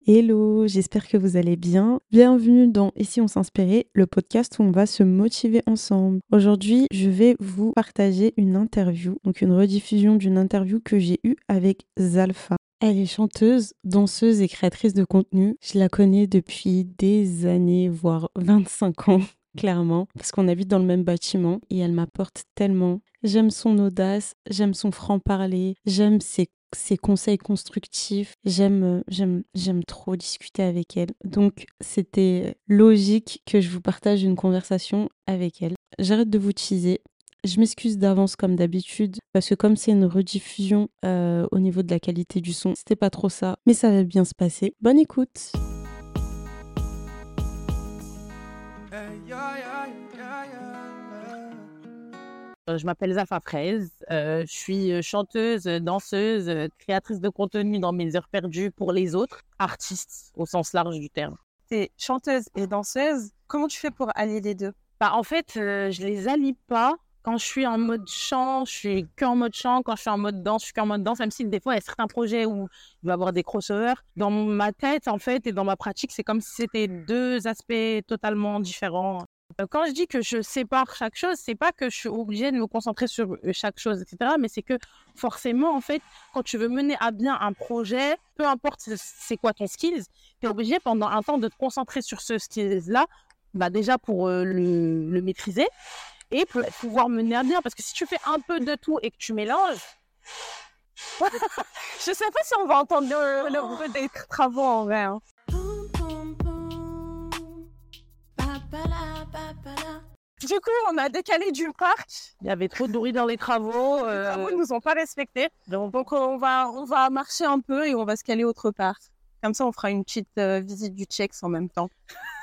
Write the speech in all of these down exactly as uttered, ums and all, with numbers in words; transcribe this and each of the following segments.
Hello, j'espère que vous allez bien. Bienvenue dans Et si on s'inspirait, le podcast où on va se motiver ensemble. Aujourd'hui, je vais vous partager une interview, donc une rediffusion d'une interview que j'ai eue avec Zalfa. Elle est chanteuse, danseuse et créatrice de contenu. Je la connais depuis des années, voire vingt-cinq ans, clairement, parce qu'on habite dans le même bâtiment et elle m'apporte tellement. J'aime son audace, j'aime son franc-parler, j'aime ses ses conseils constructifs. J'aime, euh, j'aime, j'aime trop discuter avec elle. Donc, c'était logique que je vous partage une conversation avec elle. J'arrête de vous teaser. Je m'excuse d'avance comme d'habitude parce que comme c'est une rediffusion euh, au niveau de la qualité du son, c'était pas trop ça, mais ça va bien se passer. Bonne écoute. Euh, Je m'appelle Zafa Fraise, euh, je suis euh, chanteuse, euh, danseuse, euh, créatrice de contenu dans mes heures perdues pour les autres, artiste au sens large du terme. T'es chanteuse et danseuse. Comment tu fais pour allier les deux? Bah, en fait, euh, je les allie pas. Quand je suis en mode chant, je suis que en mode chant. Quand je suis en mode danse, je suis qu'en mode danse. Même si des fois, il y a certains projets où il va y avoir des crossovers. Dans ma tête, en fait, et dans ma pratique, c'est comme si c'était deux aspects totalement différents. Euh, Quand je dis que je sépare chaque chose, c'est pas que je suis obligée de me concentrer sur euh, chaque chose, et cetera. Mais c'est que forcément, en fait, quand tu veux mener à bien un projet, peu importe c'est- c'est quoi ton skills, tu es obligé pendant un temps de te concentrer sur ce skills-là, bah déjà pour euh, le, le maîtriser et pour pouvoir mener à bien. Parce que si tu fais un peu de tout et que tu mélanges, Je sais pas si on va entendre le, le bruit des travaux en vrai. Hein. Du coup, on a décalé du parc. il y avait trop de bruit dans les travaux. Les euh, travaux ne nous ont pas respectés. donc, Donc, on va, on va marcher un peu et on va se caler autre part. Comme ça, on fera une petite euh, visite du Tchex en même temps.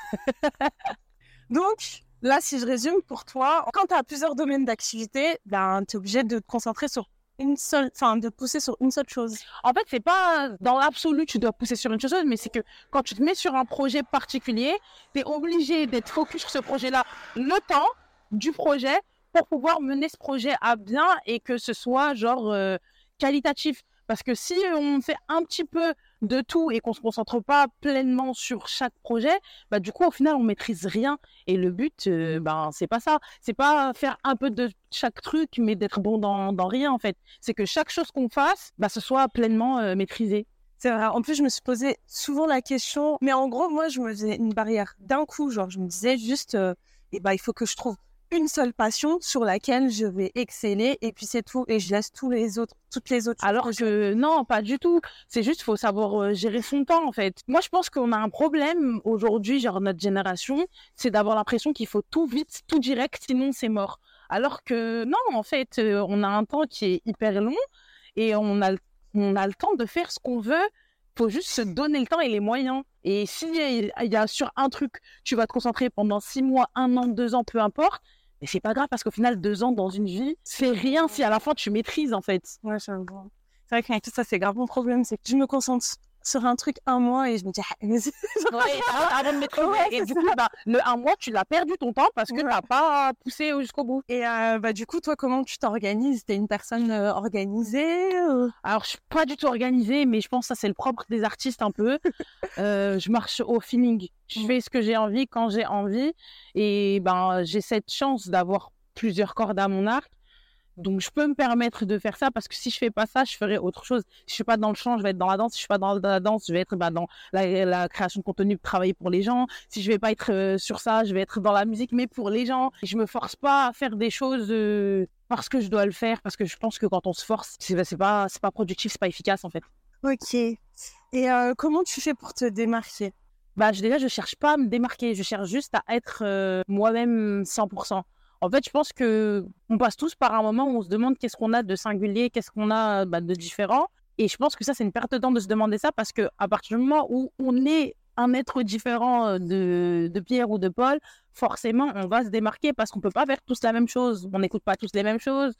Donc, là, si je résume pour toi, quand tu as plusieurs domaines d'activité, ben, tu es obligé de te concentrer sur une seule, enfin, de pousser sur une seule chose. en fait, c'est pas dans l'absolu tu dois pousser sur une chose, mais c'est que quand tu te mets sur un projet particulier, tu es obligé d'être focus sur ce projet-là le temps du projet pour pouvoir mener ce projet à bien et que ce soit genre euh, qualitatif. Parce que si on fait un petit peu de tout et qu'on se concentre pas pleinement sur chaque projet, bah du coup au final on maîtrise rien. Et le but, euh, ben c'est pas ça. C'est pas faire un peu de chaque truc, mais d'être bon dans, dans rien en fait. C'est que chaque chose qu'on fasse, bah ce soit pleinement euh, maîtrisé. C'est vrai. En plus, je me suis posé souvent la question, mais en gros, moi, je me faisais une barrière d'un coup. Genre, je me disais juste, euh, eh ben, il faut que je trouve une seule passion sur laquelle je vais exceller, et puis c'est tout. Et je laisse tous les autres, toutes les autres. Alors choses. que non, pas du tout. C'est juste faut savoir euh, gérer son temps en fait. Moi, je pense qu'on a un problème aujourd'hui, genre notre génération, c'est d'avoir l'impression qu'il faut tout vite, tout direct, sinon c'est mort. Alors que non, en fait, euh, on a un temps qui est hyper long et on a, le- on a le temps de faire ce qu'on veut. Faut juste se donner le temps et les moyens. Et s'il y a, il y a sur un truc, tu vas te concentrer pendant six mois, un an, deux ans, peu importe. Mais c'est pas grave parce qu'au final, deux ans dans une vie, c'est rien si à la fin tu maîtrises en fait. Ouais, j'avoue. C'est vrai qu'avec tout ça, c'est grave mon problème, c'est que je me concentre sur un truc un mois et je me dis, ah, mais c'est- Ouais, avant de maîtriser. Ouais, et c'est du ça. coup, bah, le un mois, tu l'as perdu ton temps parce que tu Ouais. n'as pas poussé jusqu'au bout. Et euh, bah, du coup, toi, comment tu t'organises? T'es une personne euh, organisée euh Alors, je suis pas du tout organisée, mais je pense que ça, c'est le propre des artistes un peu. Euh, je marche au feeling. Je Mm. fais ce que j'ai envie quand j'ai envie. Et ben, j'ai cette chance d'avoir plusieurs cordes à mon arc. Donc, je peux me permettre de faire ça parce que si je fais pas ça, je ferai autre chose. Si je suis pas dans le chant, je vais être dans la danse. Si je suis pas dans la danse, je vais être bah, dans la, la création de contenu, travailler pour les gens. Si je vais pas être euh, sur ça, je vais être dans la musique, mais pour les gens. Je me force pas à faire des choses euh, parce que je dois le faire, parce que je pense que quand on se force, c'est, c'est pas, c'est pas productif, c'est pas efficace en fait. Ok. Et euh, comment tu fais pour te démarquer? Bah, je, déjà, je cherche pas à me démarquer, je cherche juste à être euh, moi-même cent pour cent. En fait, je pense que on passe tous par un moment où on se demande qu'est-ce qu'on a de singulier, qu'est-ce qu'on a bah, de différent. Et je pense que ça, c'est une perte de temps de se demander ça parce que à partir du moment où on est un être différent euh, de, de Pierre ou de Paul, forcément, on va se démarquer parce qu'on peut pas faire tous la même chose. On n'écoute pas tous les mêmes choses.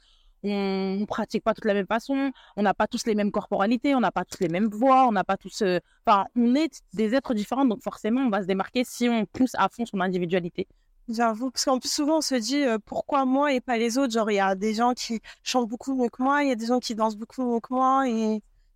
On ne pratique pas toutes la même façon. On n'a pas tous les mêmes corporalités. On n'a pas tous les mêmes voix. On n'a pas tous. euh, Enfin, on est des êtres différents, donc forcément, on va se démarquer si on pousse à fond son individualité. J'avoue, parce qu'en plus, souvent, on se dit euh, pourquoi moi et pas les autres? Genre, il y a des gens qui chantent beaucoup mieux que moi, il y a des gens qui dansent beaucoup mieux que moi, et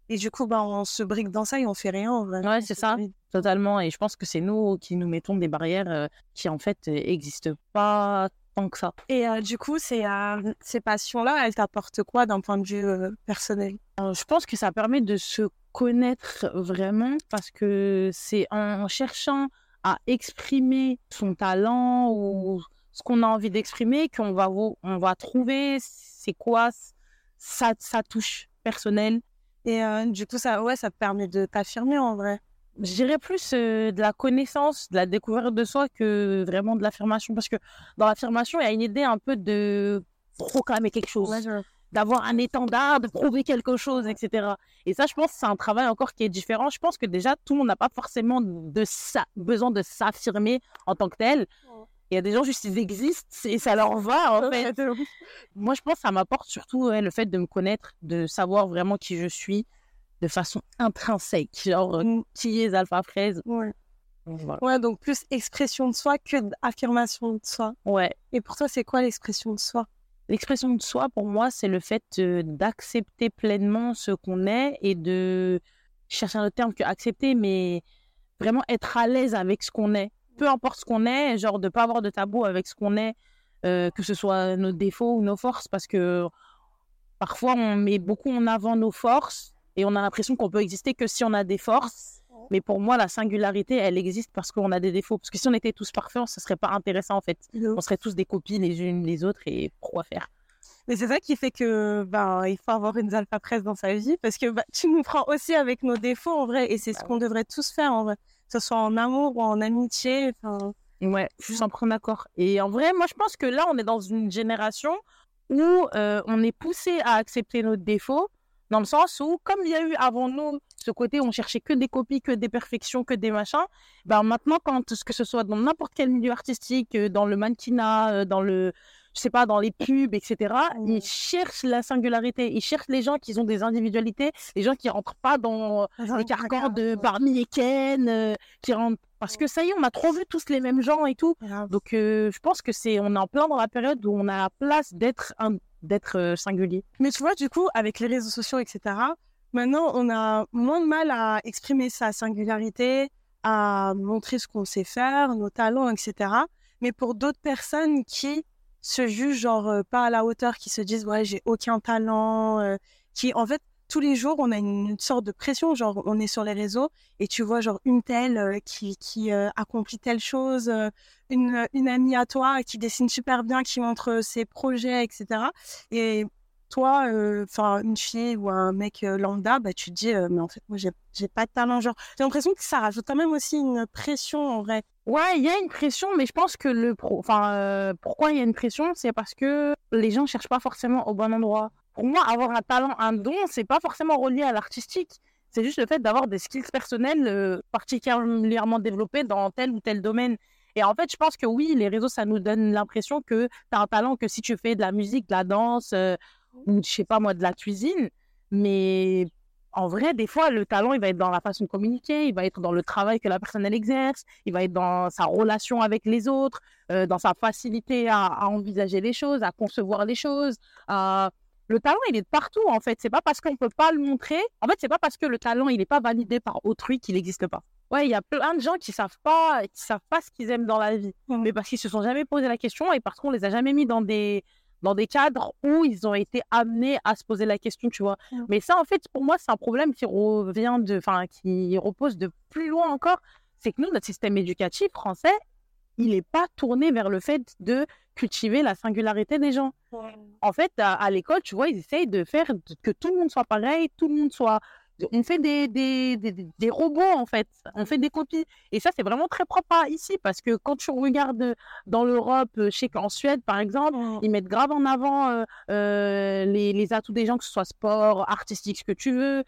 Et du coup, bah, on se brique dans ça et on fait rien. En vrai. Ouais, c'est ça, totalement. Et je pense que c'est nous qui nous mettons des barrières euh, qui, en fait, n'existent pas tant que ça. Et euh, du coup, ces, euh, ces passions-là, elles t'apportent quoi d'un point de vue euh, personnel? Alors, je pense que ça permet de se connaître vraiment parce que c'est en cherchant à exprimer son talent ou ce qu'on a envie d'exprimer qu'on va, vo- on va trouver c'est quoi sa, sa touche personnelle. Et euh, du coup, ça, ouais, ça te permet de t'affirmer en vrai. Je dirais plus euh, de la connaissance, de la découverte de soi que vraiment de l'affirmation. Parce que dans l'affirmation, il y a une idée un peu de proclamer quelque chose, Ouais, je- d'avoir un étendard, de prouver quelque chose, et cetera. Et ça, je pense que c'est un travail encore qui est différent. Je pense que déjà, tout le monde n'a pas forcément de ça, besoin de s'affirmer en tant que tel. Il y a des gens juste, ils existent et ça leur va, en fait. Moi, je pense que ça m'apporte surtout ouais, le fait de me connaître, de savoir vraiment qui je suis de façon intrinsèque. Genre, Mm. qui est Alpha Fraise. Ouais. Voilà. Ouais, donc plus expression de soi que d'affirmation de soi. Ouais. Et pour toi, c'est quoi l'expression de soi? L'expression de soi, pour moi, c'est le fait euh, d'accepter pleinement ce qu'on est et de chercher un autre terme que accepter, mais vraiment être à l'aise avec ce qu'on est. Peu importe ce qu'on est, genre de ne pas avoir de tabou avec ce qu'on est, euh, que ce soit nos défauts ou nos forces, parce que parfois, on met beaucoup en avant nos forces et on a l'impression qu'on peut exister que si on a des forces. Mais pour moi, la singularité, elle existe parce qu'on a des défauts. Parce que si on était tous parfaits, ce ne serait pas intéressant, en fait. On serait tous des copies les unes les autres et pourquoi faire? Mais c'est ça qui fait que ben, il faut avoir une alpha presse dans sa vie parce que bah, tu nous prends aussi avec nos défauts en vrai et c'est ce qu'on devrait tous faire en vrai, que ce soit en amour ou en amitié. Ouais, je suis cent pour cent d'accord. Et en vrai, moi, je pense que là, on est dans une génération où euh, on est poussé à accepter nos défauts, dans le sens où, comme il y a eu avant nous ce côté où on cherchait que des copies, que des perfections, que des machins, ben maintenant, quand, que ce soit dans n'importe quel milieu artistique, dans le mannequinat, dans le, je sais pas, dans les pubs, et cetera, mmh. ils cherchent la singularité, ils cherchent les gens qui ont des individualités, les gens qui rentrent pas dans les carcans de Barbie et Ken, euh, qui rentrent parce que ça y est, on a trop vu tous les mêmes gens et tout. Donc, euh, je pense que c'est, on est en plein dans la période où on a la place d'être un, d'être euh, singulier. Mais tu vois, du coup, avec les réseaux sociaux, et cetera, maintenant, on a moins de mal à exprimer sa singularité, à montrer ce qu'on sait faire, nos talents, et cetera. Mais pour d'autres personnes qui se jugent genre euh, pas à la hauteur, qui se disent ouais, j'ai aucun talent, euh, qui en fait tous les jours, on a une, une sorte de pression, genre on est sur les réseaux et tu vois genre une telle euh, qui, qui euh, accomplit telle chose, euh, une, une amie à toi qui dessine super bien, qui montre ses projets, et cetera. Et toi, enfin euh, une fille ou un mec euh, lambda, bah tu te dis euh, mais en fait moi j'ai j'ai pas de talent, genre j'ai l'impression que ça rajoute quand même aussi une pression en vrai. Ouais, il y a une pression, mais je pense que le pro, enfin euh, pourquoi il y a une pression, c'est parce que les gens cherchent pas forcément au bon endroit. Pour moi, avoir un talent, un don, c'est pas forcément relié à l'artistique. C'est juste le fait d'avoir des skills personnels euh, particulièrement développés dans tel ou tel domaine. Et en fait, je pense que oui, les réseaux, ça nous donne l'impression que tu as un talent que si tu fais de la musique, de la danse, euh, ou je sais pas moi, de la cuisine. Mais en vrai, des fois, le talent, il va être dans la façon de communiquer, il va être dans le travail que la personne, elle exerce, il va être dans sa relation avec les autres, euh, dans sa facilité à, à envisager les choses, à concevoir les choses, à... Le talent, il est de partout, en fait. C'est pas parce qu'on peut pas le montrer. En fait, c'est pas parce que le talent, il est pas validé par autrui qu'il n'existe pas. Ouais, il y a plein de gens qui savent pas, qui savent pas ce qu'ils aiment dans la vie. Mmh. Mais parce qu'ils se sont jamais posé la question et parce qu'on les a jamais mis dans des, dans des cadres où ils ont été amenés à se poser la question, tu vois. Mmh. Mais ça, en fait, pour moi, c'est un problème qui revient de, enfin, qui repose de plus loin encore. C'est que nous, notre système éducatif français, il n'est pas tourné vers le fait de cultiver la singularité des gens. Ouais. En fait, à, à l'école, tu vois, ils essayent de faire que tout le monde soit pareil, tout le monde soit... On fait des, des, des, des robots, en fait. On fait des copies. Et ça, c'est vraiment très propre à ici, parce que quand tu regardes dans l'Europe, je sais qu'en Suède, par exemple, mmh. ils mettent grave en avant euh, euh, les, les atouts des gens, que ce soit sport, artistique, ce que tu veux.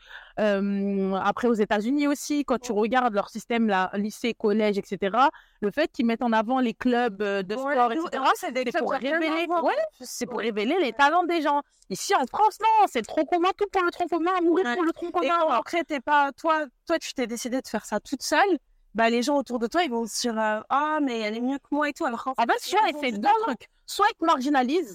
Euh, après, aux États-Unis aussi, quand tu regardes leur système, là, lycée, collège, et cetera, le fait qu'ils mettent en avant les clubs de sport, ouais, et cetera, c'est, c'est, pour révéler, ouais, c'est pour révéler les talents des gens. Ici, en France, non, c'est le tronc commun, tout pour le tronc commun, mourir ouais. pour le tronc commun. Et après, t'es pas, toi, toi, tu t'es décidé de faire ça toute seule. Bah, les gens autour de toi, ils vont se dire, ah, euh, oh, mais elle est mieux que moi et tout. Alors, en fait, en fait tu vois, c'est deux trucs. Soit ils te marginalisent,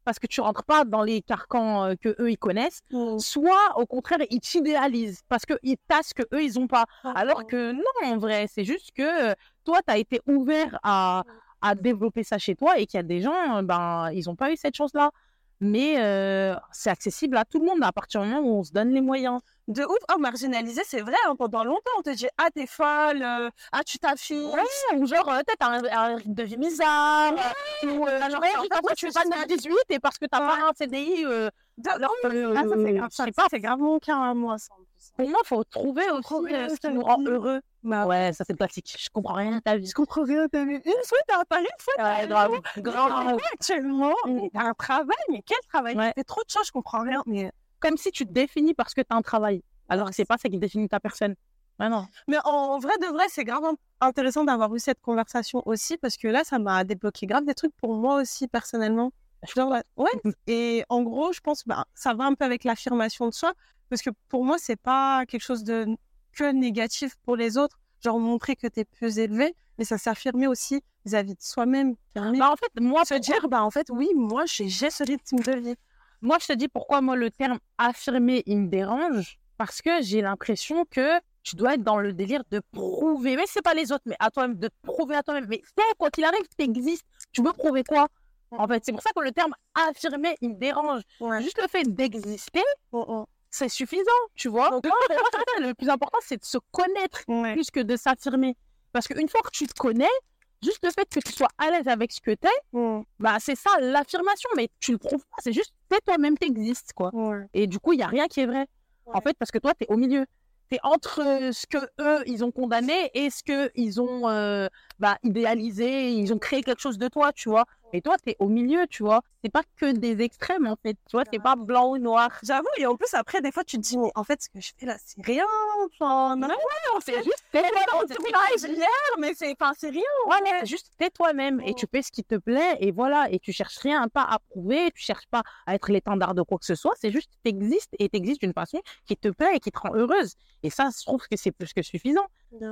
parce que tu rentres pas dans les carcans euh, que eux ils connaissent, Mm. soit au contraire ils t'idéalisent parce qu'ils t'as ce que eux ils ont pas. Mm. Alors que non, en vrai, c'est juste que euh, toi tu as été ouvert à, à développer ça chez toi et qu'il y a des gens, euh, ben ils ont pas eu cette chance-là. Mais euh, c'est accessible à tout le monde à partir du moment où on se donne les moyens. De ouf. Oh, marginalisé, c'est vrai. Hein, pendant longtemps, on te dit ah t'es folle, euh, ah tu t'affiches. Ouais, ou genre, euh, t'as un, un rythme de vie bizarre, euh, ou euh, genre, ouais, en en fait, fait, tu tu fais pas sais- neuf dix-huit et parce que t'as Ouais. pas un C D I, euh, De- alors que, euh, Ah, ça, c'est grave, je ça, sais pas, c'est grave mon cas à moi, ça, en plus. pour moi, il faut trouver aussi trouver euh, ce qui sa nous rend vie. heureux. Bah, Ouais, ça c'est classique, je comprends rien à ta vie. Je comprends rien, t'as vu. Une fois, t'as pas une fois, t'as Ouais, grave, grave. actuellement. Mm. T'as un travail, mais quel travail? Ouais. Tu fais trop de choses, je comprends rien. Mais, Comme si tu te définis parce que t'as un travail, alors que c'est pas ça qui définit ta personne. Ouais, non. mais en vrai de vrai, c'est grave intéressant d'avoir eu cette conversation aussi, parce que là, ça m'a débloqué grave des trucs pour moi aussi, personnellement. Genre, là- ouais. Et en gros, je pense, bah, ça va un peu avec l'affirmation de soi, parce que pour moi, c'est pas quelque chose de que négatif pour les autres. Genre, montrer que t'es plus élevé, mais ça s'affirmer aussi vis-à-vis de soi-même. Bah, en fait, moi, Se dire, bah, en fait, oui, moi, j'ai j'ai ce rythme de vie. Moi, je te dis pourquoi moi le terme affirmer il me dérange, parce que j'ai l'impression que tu dois être dans le délire de prouver, mais c'est pas les autres, mais à toi-même, de te prouver à toi-même. Mais toi, quoi qu'il arrive, tu existes. Tu veux prouver quoi? En fait, c'est pour ça que le terme affirmer il me dérange. Ouais. Juste le fait d'exister, Oh, oh. c'est suffisant, tu vois. Donc, moi, pour moi, c'est ça, le plus important, c'est de se connaître Ouais. plus que de s'affirmer. Parce qu'une fois que tu te connais, juste le fait que tu sois à l'aise avec ce que t'es, Mm. bah, c'est ça l'affirmation, mais tu le prouves pas, c'est juste t'es toi-même, t'existes, quoi. Ouais. Et du coup, il n'y a rien qui est vrai. En Ouais. fait, parce que toi, tu es au milieu. Tu es entre euh, ce que eux ils ont condamné et ce qu'ils ont euh, bah, idéalisé. Ils ont créé quelque chose de toi, tu vois. Et toi, tu es au milieu, tu vois. C'est pas que des extrêmes, en fait. Tu vois, c'est pas blanc ou noir. J'avoue, et en plus, après, des fois, tu te dis, mais en fait, ce que je fais là, c'est rien. Enfin, non, Ouais, c'est juste c'est tais-toi-même. c'est c'est- pas hier, mais c'est enfin, c'est rien. Voilà, c'est juste tais toi-même et Mm. tu fais ce qui te plaît et voilà. Et tu cherches rien pas à prouver, tu cherches pas à être l'étendard de quoi que ce soit. C'est juste t'existes et t'existes d'une façon qui te plaît et qui te rend heureuse. Et ça, je trouve que c'est plus que suffisant.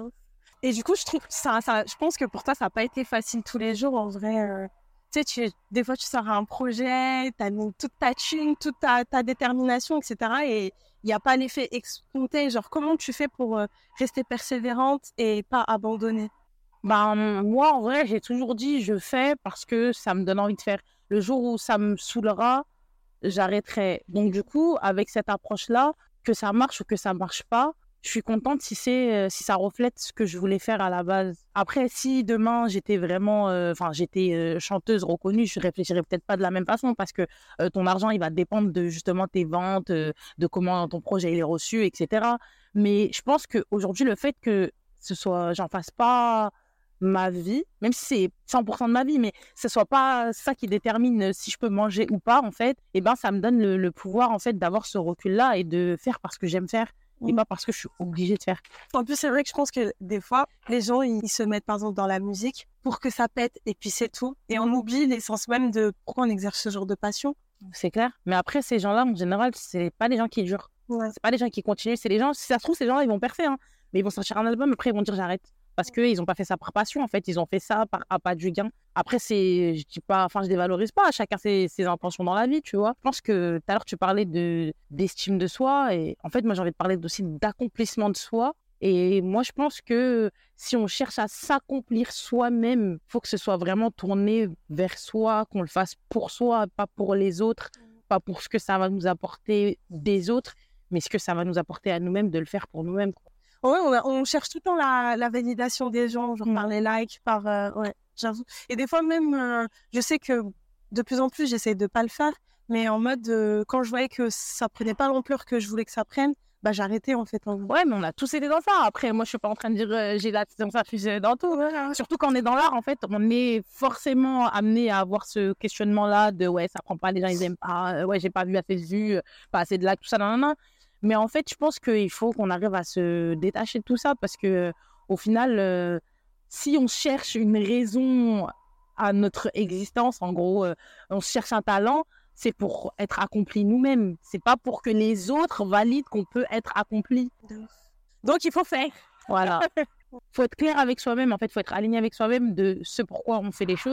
Et du coup, je trouve ça, ça, je pense que pour toi, ça n'a pas été facile tous les jours, en vrai. euh, tu sais, tu, des fois, tu sors un projet, tu as mis toute ta thune, toute ta, ta détermination, et cetera. Et il n'y a pas l'effet escompté. Genre, comment tu fais pour euh, rester persévérante et pas abandonner? Ben, moi, en vrai, j'ai toujours dit je fais parce que ça me donne envie de faire. Le jour où ça me saoulera, j'arrêterai. Donc, du coup, avec cette approche-là, que ça marche ou que ça marche pas, je suis contente si c'est euh, si ça reflète ce que je voulais faire à la base. Après, si demain j'étais vraiment, euh, enfin, j'étais euh, chanteuse reconnue, je réfléchirais peut-être pas de la même façon parce que euh, ton argent, il va dépendre de justement tes ventes, euh, de comment ton projet il est reçu, et cetera. Mais je pense qu'aujourd'hui, le fait que ce soit, j'en fasse pas ma vie, même si c'est cent pour cent de ma vie, mais ce soit pas ça qui détermine si je peux manger ou pas, en fait, et ben ça me donne le, le pouvoir, en fait, d'avoir ce recul-là et de faire parce que j'aime faire et Mm. pas parce que je suis obligée de faire. En plus, c'est vrai que je pense que des fois, les gens, ils se mettent par exemple dans la musique pour que ça pète et puis c'est tout. Et on oublie l'essence même de pourquoi on exerce ce genre de passion. C'est clair. Mais après, ces gens-là, en général, c'est pas des gens qui durent. Ouais. C'est pas des gens qui continuent. C'est des gens, si ça se trouve, ces gens-là, ils vont percer, hein. Mais ils vont sortir un album, après, ils vont dire j'arrête. Parce qu'ils n'ont pas fait ça par passion, en fait. Ils ont fait ça par appât du gain. Après, c'est, je dis pas, enfin, je dévalorise pas. Chacun ses, ses intentions dans la vie, tu vois. Je pense que tout à l'heure, tu parlais de, d'estime de soi. Et en fait, moi, j'ai envie de parler aussi d'accomplissement de soi. Et moi, je pense que si on cherche à s'accomplir soi-même, il faut que ce soit vraiment tourné vers soi, qu'on le fasse pour soi, pas pour les autres, pas pour ce que ça va nous apporter des autres, mais ce que ça va nous apporter à nous-mêmes, de le faire pour nous-mêmes, quoi. Ouais, on, a- on cherche tout le temps la, la validation des gens, genre Mm. par les likes, par... euh, ouais, j'avoue. Et des fois même, euh, je sais que de plus en plus, j'essaie de pas le faire, mais en mode, euh, quand je voyais que ça prenait pas l'ampleur que je voulais que ça prenne, bah j'arrêtais en fait. En vrai. Ouais, mais on a tous été dans ça. Après, moi, je suis pas en train de dire euh, j'ai la tendance à fuser dans tout. Surtout quand on est dans l'art, en fait, on est forcément amené à avoir ce questionnement-là de ouais, ça prend pas, les gens ils aiment pas, euh, ouais, j'ai pas vu assez de vues, euh, pas assez de likes, tout ça, nan, nan, nan. Mais en fait, je pense qu'il faut qu'on arrive à se détacher de tout ça parce que euh, au final, euh, si on cherche une raison à notre existence, en gros, euh, on cherche un talent, c'est pour être accompli nous-mêmes. C'est pas pour que les autres valident qu'on peut être accompli. Donc il faut faire. Voilà. Faut être clair avec soi-même. En fait, faut être aligné avec soi-même de ce pourquoi on fait les choses.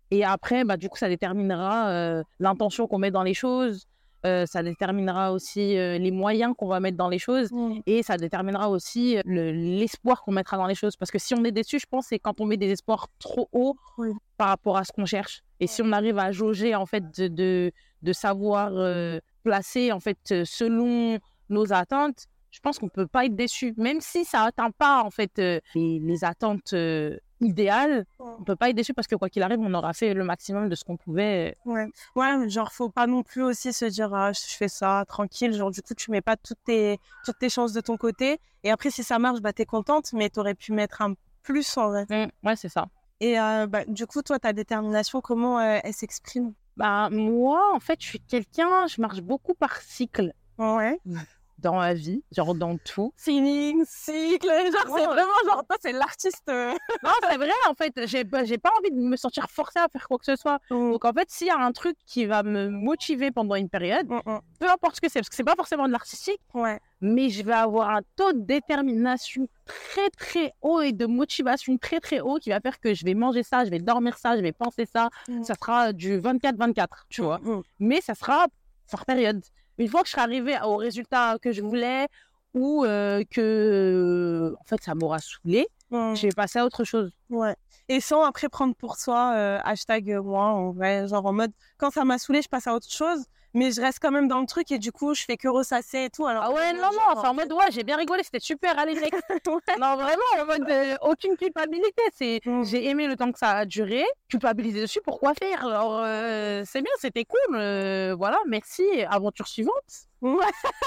Et après, bah, du coup, ça déterminera euh, l'intention qu'on met dans les choses. Euh, ça déterminera aussi euh, les moyens qu'on va mettre dans les choses mmh. et ça déterminera aussi le, l'espoir qu'on mettra dans les choses. Parce que si on est déçu, je pense, c'est quand on met des espoirs trop hauts oui. par rapport à ce qu'on cherche. Et si on arrive à jauger, en fait, de, de, de savoir euh, placer, en fait, selon nos attentes, je pense qu'on ne peut pas être déçu. Même si ça n'atteint pas, en fait, euh, les, les attentes euh, idéal, on peut pas être déçu parce que quoi qu'il arrive, on aura fait le maximum de ce qu'on pouvait. Ouais, ouais, genre faut pas non plus aussi se dire ah, je fais ça tranquille, genre du coup tu mets pas toutes tes toutes tes chances de ton côté et après si ça marche bah t'es contente mais t'aurais pu mettre un plus en vrai. Mmh, ouais, c'est ça. Et euh, bah du coup toi ta détermination comment euh, elle s'exprime? Bah moi en fait je suis quelqu'un, je marche beaucoup par cycle. Ouais. Dans ma vie, genre dans tout. Feeling, cycle, genre ouais. C'est vraiment genre toi c'est l'artiste. Non c'est vrai en fait, j'ai, j'ai pas envie de me sentir forcée à faire quoi que ce soit. Mm. Donc en fait s'il y a un truc qui va me motiver pendant une période, mm-mm. peu importe ce que c'est, parce que c'est pas forcément de l'artistique, ouais. mais je vais avoir un taux de détermination très très haut et de motivation très très haut qui va faire que je vais manger ça, je vais dormir ça, je vais penser ça, mm. ça sera du vingt-quatre vingt-quatre, tu vois. Mm. Mais ça sera par période. Une fois que je serai arrivée au résultat que je voulais ou euh, que en fait ça m'aura saoulée, mmh. je vais passer à autre chose. Ouais. Et sans après prendre pour soi euh, hashtag moi en vrai, genre en mode quand ça m'a saoulée, je passe à autre chose, mais je reste quand même dans le truc et du coup je fais que ressasser et tout. Alors ah ouais non non, c'est en mode ouais j'ai bien rigolé, c'était super, allez mec. Ouais. Non vraiment en mode euh, aucune culpabilité, c'est mmh. j'ai aimé le temps que ça a duré, culpabiliser dessus, pourquoi faire? Alors euh, c'est bien, c'était cool, euh, voilà merci, aventure suivante. Ouais.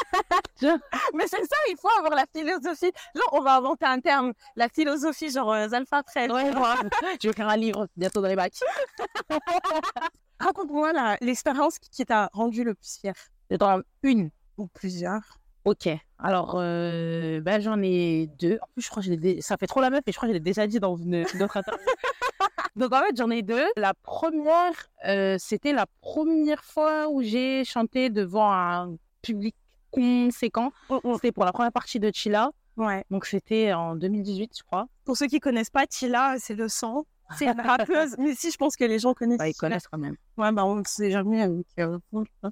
Mais c'est ça, il faut avoir la philosophie. Genre, on va inventer un terme, la philosophie, genre euh, Zalpha Frère. Ouais, moi, je vais écrire un livre bientôt dans les bacs. Raconte-moi la, l'expérience qui, qui t'a rendu le plus fier. Dans une ou plusieurs. Ok, alors euh, ben, j'en ai deux. En plus, je crois que je l'ai dé... ça fait trop la meuf, mais je crois que je l'ai déjà dit dans une, une autre interview. Donc en fait, j'en ai deux. La première, euh, c'était la première fois où j'ai chanté devant un public conséquent. Oh, oh. C'était pour la première partie de Chilla. Ouais. Donc c'était en deux mille dix-huit, je crois. Pour ceux qui connaissent pas, Chilla, c'est le sang. C'est une rappeuse. Mais si, je pense que les gens connaissent. Bah, ils connaissent quand même. Ouais, bah on ne sait jamais avec. Euh...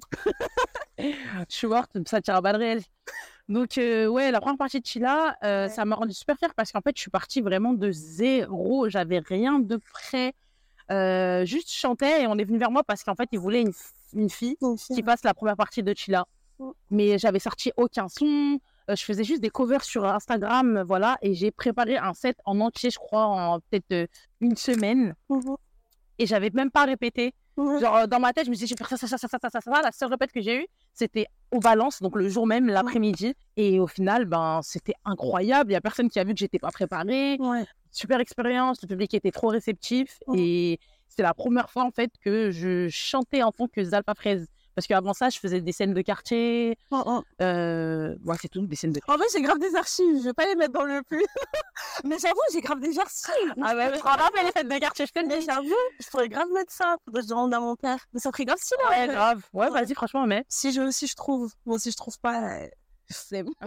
je suis morte, ça tire à balles réelles. Donc, euh, ouais, la première partie de Chilla, euh, ouais. ça m'a rendu super fière parce qu'en fait, je suis partie vraiment de zéro. J'avais rien de prêt. Euh, juste je chantais et on est venu vers moi parce qu'en fait, ils voulaient une, une fille oui, qui passe la première partie de Chilla. Oui. Mais j'avais sorti aucun son. Euh, je faisais juste des covers sur Instagram, voilà. Et j'ai préparé un set en entier, je crois, en peut-être euh, une semaine. Mm-hmm. Et j'avais même pas répété. Mmh. Genre, dans ma tête, je me disais, je vais faire ça, ça, ça, ça, ça, ça, ça. La seule répète que j'ai eue, c'était au Valence, donc le jour même, l'après-midi. Et au final, ben, c'était incroyable. Il n'y a personne qui a vu que j'étais pas préparée. Ouais. Super expérience. Le public était trop réceptif. Mmh. Et c'est la première fois, en fait, que je chantais en tant que Zalpha Fraise. Parce qu'avant ça, je faisais des scènes de quartier. Oh, oh. Euh... Ouais, c'est tout, des scènes de quartier. En fait, j'ai grave des archives. Je vais pas les mettre dans le plus. Mais j'avoue, j'ai grave des archives. Ah ouais, mais je crois pas les scènes de quartier, je te le dis. J'avoue, je pourrais grave mettre ça. Faudrait que je demande à mon père. Mais ça ferait grave stylé. Ouais, grave. Ouais, vas-y, franchement, mais. Si je, si je trouve. Bon, si je trouve pas, euh... c'est bon.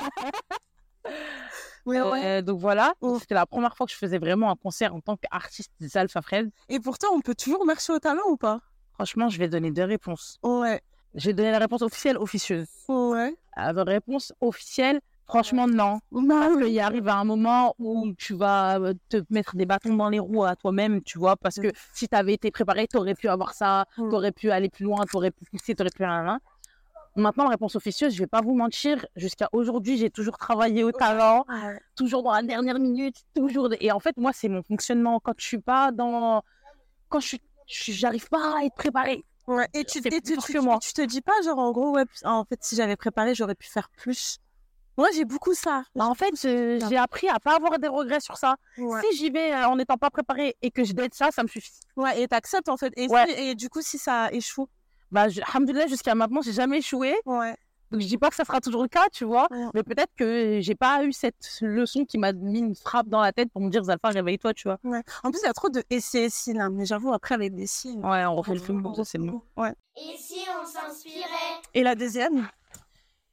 Ouais, ouais. Euh, donc voilà, oh. C'était la première fois que je faisais vraiment un concert en tant qu'artiste Zalpha Fraise. Et pourtant, on peut toujours marcher au talent ou pas? Franchement, je vais donner deux réponses. Ouais. Je vais donner la réponse officielle, officieuse. Ouais. La réponse officielle, franchement, non. Parce qu'il arrive à un moment où tu vas te mettre des bâtons dans les roues à toi-même, tu vois. Parce que si tu avais été préparé, tu aurais pu avoir ça, tu aurais pu aller plus loin, tu aurais pu pousser, tu aurais pu rien. Maintenant, la réponse officieuse, je ne vais pas vous mentir, jusqu'à aujourd'hui, j'ai toujours travaillé au talent, ouais. Toujours dans la dernière minute, toujours. Et en fait, moi, c'est mon fonctionnement. Quand je suis pas dans. Quand je suis. J'arrive pas à être préparée. Ouais, et tu, et tu, tu, tu, tu te dis pas, genre, en gros, ouais, en fait, si j'avais préparé, j'aurais pu faire plus. Moi, j'ai beaucoup ça. Bah, en fait, je, j'ai appris à pas avoir des regrets sur ça. Ouais. Si j'y vais euh, en n'étant pas préparée et que je date ça, ça me suffit. Ouais, et t'acceptes, en fait. Et, ouais. si, et du coup, si ça échoue? Bah, je, alhamdoulilah, jusqu'à maintenant, j'ai jamais échoué. Ouais. Donc, je dis pas que ça sera toujours le cas, tu vois. Ouais. Mais peut-être que j'ai pas eu cette leçon qui m'a mis une frappe dans la tête pour me dire, Zalpha, réveille-toi, tu vois. Ouais. En plus, il y a trop de et si, et si, là. Mais j'avoue, après, avec des si. Ouais, on refait le film, bon, c'est nous. Ouais. Et si on s'inspirait? Et la deuxième?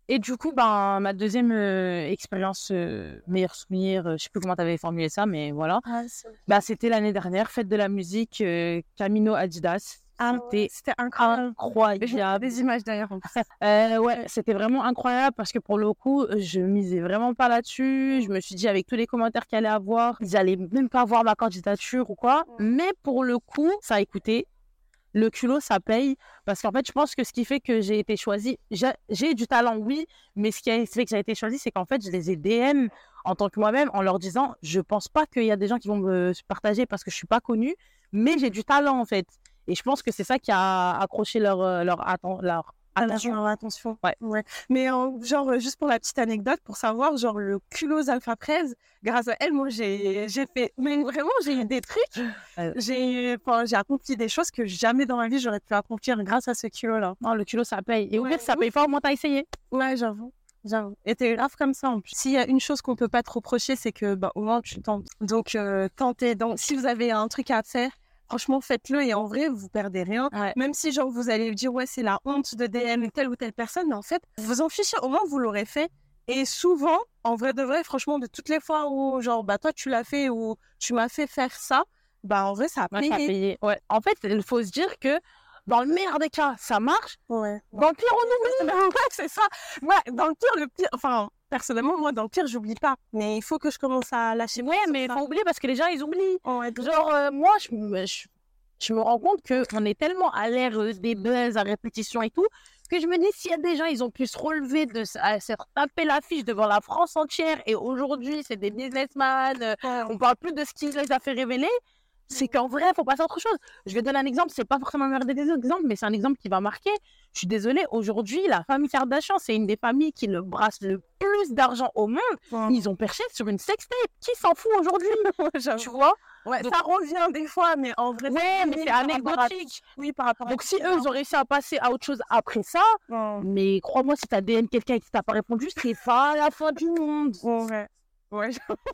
Et du coup, ben, ma deuxième euh, expérience, euh, meilleur souvenir, euh, je sais plus comment tu avais formulé ça, mais voilà. Ah, c'est... Bah, c'était l'année dernière, fête de la musique, euh, Camino Adidas. Ah, C'était ouais, c'était incroyable. J'ai incroyable. des images d'ailleurs. En plus. Euh, ouais, c'était vraiment incroyable parce que pour le coup, je misais vraiment pas là-dessus. Je me suis dit avec tous les commentaires qu'il allait avoir, ils allaient même pas voir ma candidature ou quoi. Mais pour le coup, ça a écouté. Le culot, ça paye. Parce qu'en fait, je pense que ce qui fait que j'ai été choisie, j'ai, j'ai du talent, oui, mais ce qui a fait que j'ai été choisie, c'est qu'en fait, je les ai D M en tant que moi-même en leur disant, je pense pas qu'il y a des gens qui vont me partager parce que je suis pas connue, mais j'ai du talent, en fait. Et je pense que c'est ça qui a accroché leur, euh, leur, atten- leur attention. Alors, attention. Ouais. Ouais. Mais euh, genre, euh, juste pour la petite anecdote, pour savoir, genre, le culot Alpha Press, grâce à elle, moi, j'ai, j'ai fait, mais vraiment, j'ai eu des trucs. Euh. J'ai, enfin, j'ai accompli des choses que jamais dans ma vie j'aurais pu accomplir grâce à ce culot-là. Non, le culot, ça paye. Et au Ouais. pire, ça paye pas, au moins t'as essayé. Ouais, j'avoue. J'avoue. Et t'es grave comme ça en plus. S'il y a une chose qu'on peut pas te reprocher, c'est que bah, au moins tu tentes. Donc, euh, tentez. Donc, si vous avez un truc à faire, franchement, faites-le et en vrai, vous perdez rien. Ouais. Même si, genre, vous allez dire, ouais, c'est la honte de D M telle ou telle personne, mais en fait, vous en fichez, au moins, vous l'aurez fait. Et souvent, en vrai de vrai, franchement, de toutes les fois où, genre, bah, toi, tu l'as fait ou tu m'as fait faire ça, bah, en vrai, ça a Ouais, payé. ça a payé. Ouais. En fait, il faut se dire que dans le meilleur des cas, ça marche. Ouais. Dans le pire, on oublie. Ouais, c'est ça. Ouais, dans le pire, le pire, enfin, personnellement, moi, dans le pire, j'oublie pas. Mais il faut que je commence à lâcher. Ouais, mais faut oublier parce que les gens, ils oublient. Ouais, Genre, euh, moi, je, me- je, je me rends compte qu'on est tellement à l'ère euh, des buzz à répétition et tout, que je me dis, s'il y a des gens, ils ont pu se relever, de s- à se taper l'affiche devant la France entière, et aujourd'hui, c'est des businessmen, euh, on parle plus de ce qui les a fait révéler, c'est qu'en vrai, il faut passer à autre chose. Je vais donner un exemple, c'est pas forcément le meilleur des exemples, mais c'est un exemple qui va marquer. Je suis désolée, aujourd'hui, la famille Kardashian, c'est une des familles qui le brasse le plus d'argent au monde. Ouais. Ils ont perché sur une sextape. Qui s'en fout aujourd'hui? Tu vois? Ouais, Donc- ça revient des fois, mais en vrai. Ouais, mais c'est par rapport à- anecdotique. Oui, par rapport à. Donc si eux, ils ont réussi à passer à autre chose après ça, Ouais. mais crois-moi, si t'as D M quelqu'un et que t'as pas répondu, c'est pas la fin du monde. Ouais. Ouais.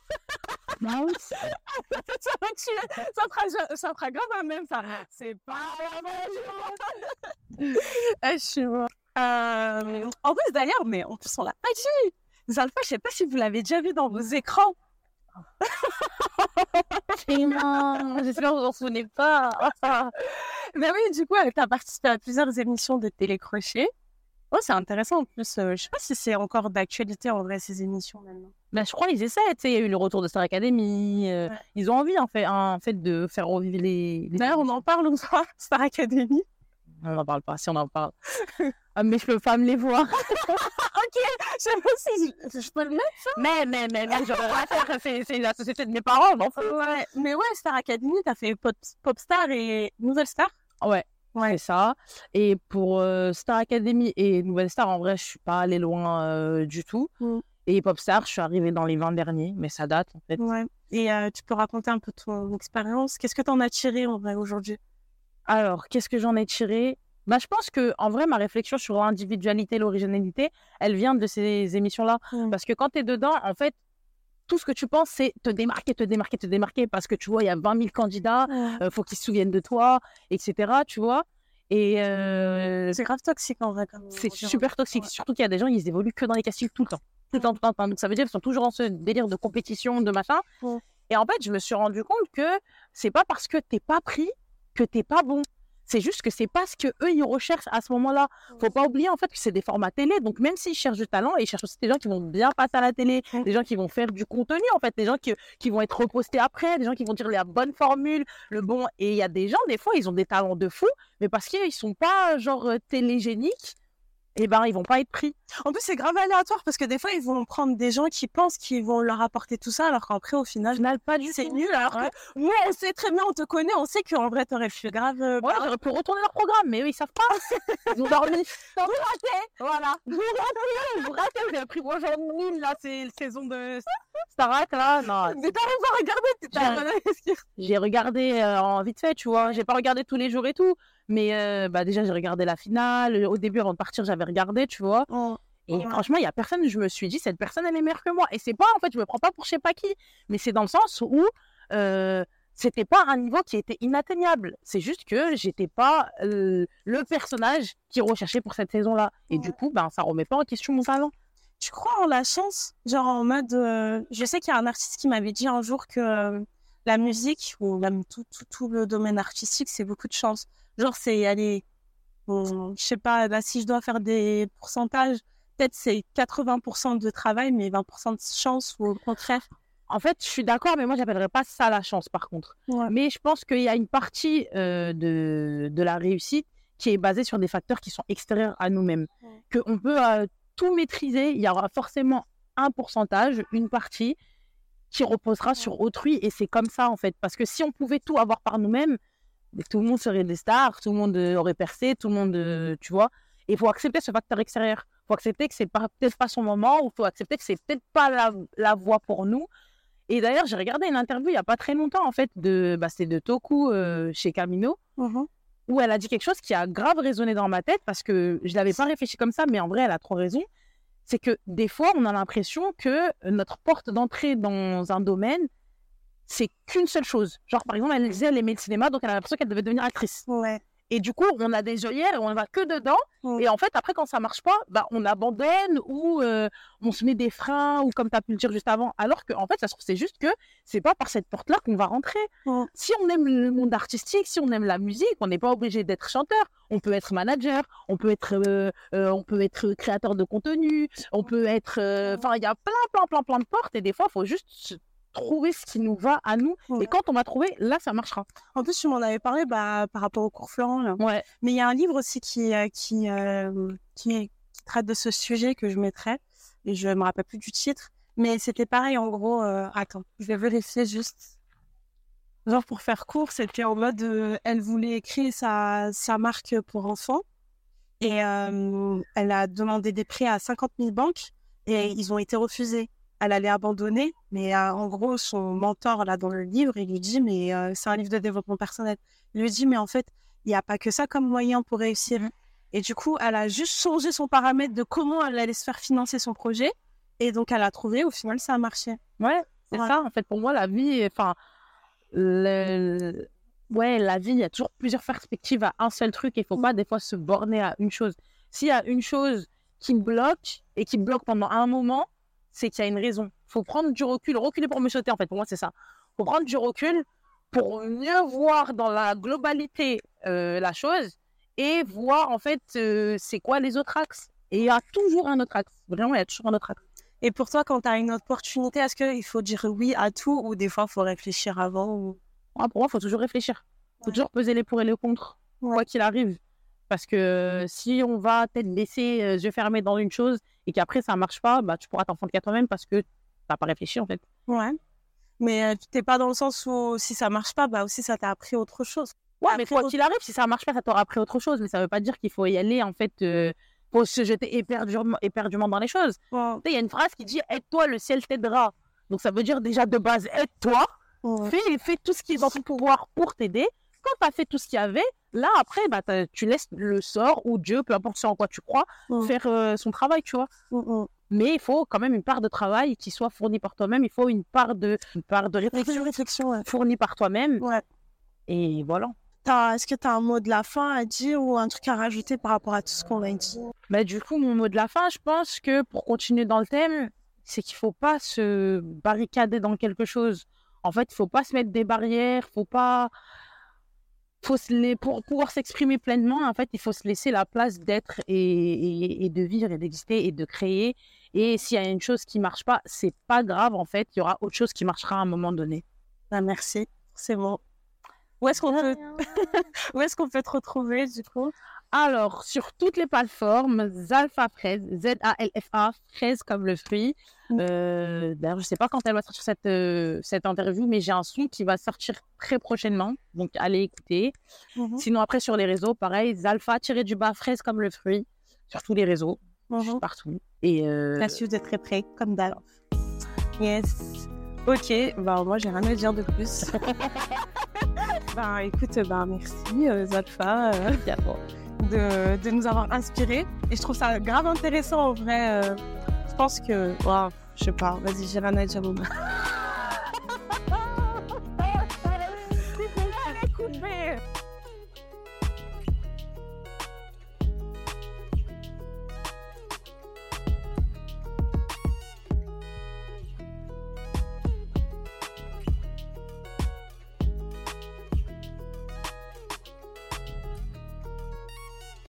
Bah oui. ça, va tuer. ça, fera, ça fera grave un même, ça. C'est pas la même. Ah, je suis mort. Euh, en plus, d'ailleurs, mais en plus, on l'a pas dit. Zalfa, je sais pas si vous l'avez déjà vu dans vos écrans. Et non, j'espère que vous en souvenez pas. Mais oui, du coup, tu as participé à plusieurs émissions de télécrochet. Oh, c'est intéressant en plus. Euh, je sais pas si c'est encore d'actualité en vrai, ces émissions maintenant. Bah, je crois qu'ils essaient, tu sais, il y a eu le retour de Star Academy. euh, Ouais. Ils ont envie, en fait, en fait, de faire revivre les... les- D'ailleurs, on en parle ou pas, Star Academy. On n'en parle pas, si on en parle. Ah, mais je peux pas me les voir. Ok, je sais pas si je, je peux le mettre. Mais, mais, mais, mais, j'aurais rien à faire. C'est, c'est la société de mes parents, non? Ouais, mais ouais, Star Academy, t'as fait Pop, Popstar et Nouvelle Star. Ouais. Ouais. C'est ça. Et pour euh, Star Academy et Nouvelle Star, en vrai, je suis pas allée loin euh, du tout. Mm. Et Popstar, je suis arrivée dans les vingt derniers, mais ça date, en fait. Ouais. Et euh, tu peux raconter un peu ton expérience. Qu'est-ce que t'en as tiré en vrai aujourd'hui? Alors, qu'est-ce que j'en ai tiré? Bah, je pense que, en vrai, ma réflexion sur l'individualité, l'originalité, elle vient de ces émissions-là. Mm. Parce que quand tu es dedans, en fait, tout ce que tu penses, c'est te démarquer, te démarquer, te démarquer. Parce que tu vois, il y a vingt mille candidats, Ouais. euh, faut qu'ils se souviennent de toi, et cetera. Tu vois? Et euh, C'est grave toxique en vrai. Comme c'est environnement. super toxique. Ouais. Surtout qu'il y a des gens, ils évoluent que dans les castings tout le temps. Tout le temps, tout le temps, tout le temps. Donc ça veut dire qu'ils sont toujours dans ce délire de compétition, de machin. Ouais. Et en fait, je me suis rendu compte que c'est pas parce que t'es pas pris que t'es pas bon. C'est juste que c'est pas ce que eux ils recherchent à ce moment-là. Faut pas oublier en fait que c'est des formats télé. Donc même s'ils cherchent du talent, ils cherchent aussi des gens qui vont bien passer à la télé, Mm. des gens qui vont faire du contenu en fait, des gens qui, qui vont être repostés après, des gens qui vont dire la bonne formule, le bon. Et il y a des gens des fois ils ont des talents de fou, mais parce qu'ils sont pas genre euh, télégéniques, et ben ils vont pas être pris. En plus, c'est grave aléatoire parce que des fois, ils vont prendre des gens qui pensent qu'ils vont leur apporter tout ça, alors qu'après, au Au final, final pas du c'est tout. nul. Alors Ouais. que nous, on sait très bien, on te connaît, on sait qu'en vrai, t'aurais pu grave. euh, Ouais, bah, j'aurais pu retourner leur programme, mais eux ils savent pas. Ils ont dormi. vous ratez. Voilà. Vous ratez, vous ratez, vous avez pris vos gens nuls là, c'est la saison de Starac là. Non, Mais t'arrives à regarder, t'es J'ai- j'ai regardé euh, en vite fait, tu vois. J'ai pas regardé tous les jours et tout, mais euh, bah déjà j'ai regardé la finale. Au début, avant de partir, j'avais regardé, tu vois. Et Ouais. franchement, il y a personne. Je me suis dit, cette personne, elle est meilleure que moi. Et c'est pas, en fait, je me prends pas pour je sais pas qui, mais c'est dans le sens où euh, c'était pas un niveau qui était inatteignable. C'est juste que j'étais pas euh, le personnage qui recherchait pour cette saison-là. Et Ouais. du coup, ben, ça remet pas en question mon talent. Tu crois en la chance? Genre en mode... euh, je sais qu'il y a un artiste qui m'avait dit un jour que euh, la musique, ou même tout, tout, tout le domaine artistique, c'est beaucoup de chance. Genre, c'est aller... Bon, je sais pas, là, si je dois faire des pourcentages, peut-être c'est quatre-vingts pour cent de travail, mais vingt pour cent de chance, ou au contraire. En fait, je suis d'accord, mais moi, j'appellerais pas ça la chance, par contre. Ouais. Mais je pense qu'il y a une partie euh, de, de la réussite qui est basée sur des facteurs qui sont extérieurs à nous-mêmes. Ouais. Qu'on peut euh, tout maîtriser, il y aura forcément un pourcentage, une partie qui reposera sur autrui, et c'est comme ça, en fait. Parce que si on pouvait tout avoir par nous-mêmes, tout le monde serait des stars, tout le monde euh, aurait percé, tout le monde, euh, tu vois. Et il faut accepter ce facteur extérieur. Il faut accepter que c'est pas, peut-être pas son moment, ou il faut accepter que c'est peut-être pas la, la voie pour nous. Et d'ailleurs, j'ai regardé une interview il n'y a pas très longtemps, en fait, de, bah, c'est de Toku euh, chez Camino, Mhm. où elle a dit quelque chose qui a grave résonné dans ma tête, parce que je n'avais pas réfléchi comme ça, mais en vrai, elle a trop raison. C'est que des fois, on a l'impression que notre porte d'entrée dans un domaine, c'est qu'une seule chose. Genre, par exemple, elle disait, elle aimait le cinéma, donc elle a l'impression qu'elle devait devenir actrice. Ouais. Et du coup, on a des œillères et on va que dedans. Ouais. Et en fait, après, quand ça marche pas, bah, on abandonne ou euh, on se met des freins, ou comme tu as pu le dire juste avant. Alors que, en fait, ça se trouve, c'est juste que c'est pas par cette porte-là qu'on va rentrer. Ouais. Si on aime le monde artistique, si on aime la musique, on n'est pas obligé d'être chanteur. On peut être manager, on peut être, euh, euh, on peut être créateur de contenu, on peut être. Enfin, euh, il y a plein, plein, plein, plein de portes. Et des fois, il faut juste trouver ce qui nous va à nous. Ouais. Et quand on va trouver, là, ça marchera. En plus, tu m'en avais parlé bah, par rapport au cours Florent. Là. Ouais. Mais il y a un livre aussi qui, euh, qui, euh, qui, est- qui traite de ce sujet que je mettrais. Et je me rappelle plus du titre. Mais c'était pareil, en gros. Euh... Attends, je vais vérifier juste. Genre, pour faire court, c'était en mode... euh, elle voulait créer sa, sa marque pour enfants. Et euh, elle a demandé des prêts à cinquante mille banques. Et ils ont été refusés. Elle allait abandonner, mais euh, en gros, son mentor, là, dans le livre, il lui dit, mais euh, c'est un livre de développement personnel. Il lui dit, mais en fait, il n'y a pas que ça comme moyen pour réussir. Et du coup, elle a juste changé son paramètre de comment elle allait se faire financer son projet. Et donc, elle a trouvé, au final, ça a marché. Ouais, c'est Ouais. ça. En fait, pour moi, la vie, enfin, le... ouais, la vie, il y a toujours plusieurs perspectives à un seul truc. Il ne faut Mm. pas, des fois, se borner à une chose. S'il y a une chose qui bloque et qui bloque pendant un moment, c'est qu'il y a une raison. Il faut prendre du recul, reculer pour mieux sauter, en fait. Pour moi, c'est ça. Il faut prendre du recul pour mieux voir dans la globalité euh, la chose et voir, en fait, euh, c'est quoi les autres axes. Et il y a toujours un autre axe. Vraiment, il y a toujours un autre axe. Et pour toi, quand tu as une opportunité, est-ce qu'il faut dire oui à tout ou des fois, il faut réfléchir avant ou... Ouais, pour moi, il faut toujours réfléchir. Il faut Ouais. toujours peser les pour et les contre, Ouais. quoi qu'il arrive. Parce que euh, si on va tête baissée, euh, yeux fermés dans une chose et qu'après ça ne marche pas, bah, tu pourras t'enfoncer qu'à toi-même parce que tu n'as pas réfléchi en fait. Ouais. Mais euh, tu n'es pas dans le sens où si ça marche pas, bah aussi ça t'a appris autre chose. Ouais, Après, mais quoi au- qu'il arrive, si ça ne marche pas, ça t'aura appris autre chose. Mais ça ne veut pas dire qu'il faut y aller en fait, euh, faut se jeter éperdument, éperdument dans les choses. Ouais. Tu sais, il y a une phrase qui dit « aide-toi, le ciel t'aidera ». Donc ça veut dire déjà de base, aide-toi, Ouais. fais, fais tout ce qui est dans ton pouvoir pour t'aider. Quand tu as fait tout ce qu'il y avait, là après, bah, t'as- tu laisses le sort ou Dieu, peu importe ce en quoi tu crois, Ouais. faire euh, son travail, tu vois. Mm, mm. Mais il faut quand même une part de travail qui soit fournie par toi-même. Il faut une part de, une part de réflexion Réflexion, ouais. fournie par toi-même. Ouais. Et voilà. T'as- Est-ce que tu as un mot de la fin à dire ou un truc à rajouter par rapport à tout ce qu'on a dit? Bah, du coup, mon mot de la fin, je pense que pour continuer dans le thème, c'est qu'il ne faut pas se barricader dans quelque chose. En fait, il ne faut pas se mettre des barrières, faut pas... faut se les... pour pouvoir s'exprimer pleinement, en fait, il faut se laisser la place d'être et, et, et de vivre et d'exister et de créer. Et s'il y a une chose qui ne marche pas, c'est pas grave, en fait, il y aura autre chose qui marchera à un moment donné. Bah, merci, c'est bon. Où est-ce qu'on peut... Où est-ce qu'on peut te retrouver du coup? Alors, sur toutes les plateformes, Zalfa Fraise, Z A L F A, fraise comme le fruit. Euh, D'ailleurs, je ne sais pas quand elle va sortir cette, euh, cette interview, mais j'ai un son qui va sortir très prochainement. Donc, allez écouter. Mhm. Sinon, après, sur les réseaux, pareil, Zalfa-du-bas, fraise comme le fruit. Sur tous les réseaux, Mhm. partout. Et euh, La suite de très près, comme d'hab. Yes. Ok, bah moi j'ai rien à dire de plus. Bah écoute, bah merci euh, Zalfa euh, de, de nous avoir inspirés. Et je trouve ça grave intéressant en vrai. euh, je pense que, wow, je sais pas, vas-y, j'ai rien à dire. Maman.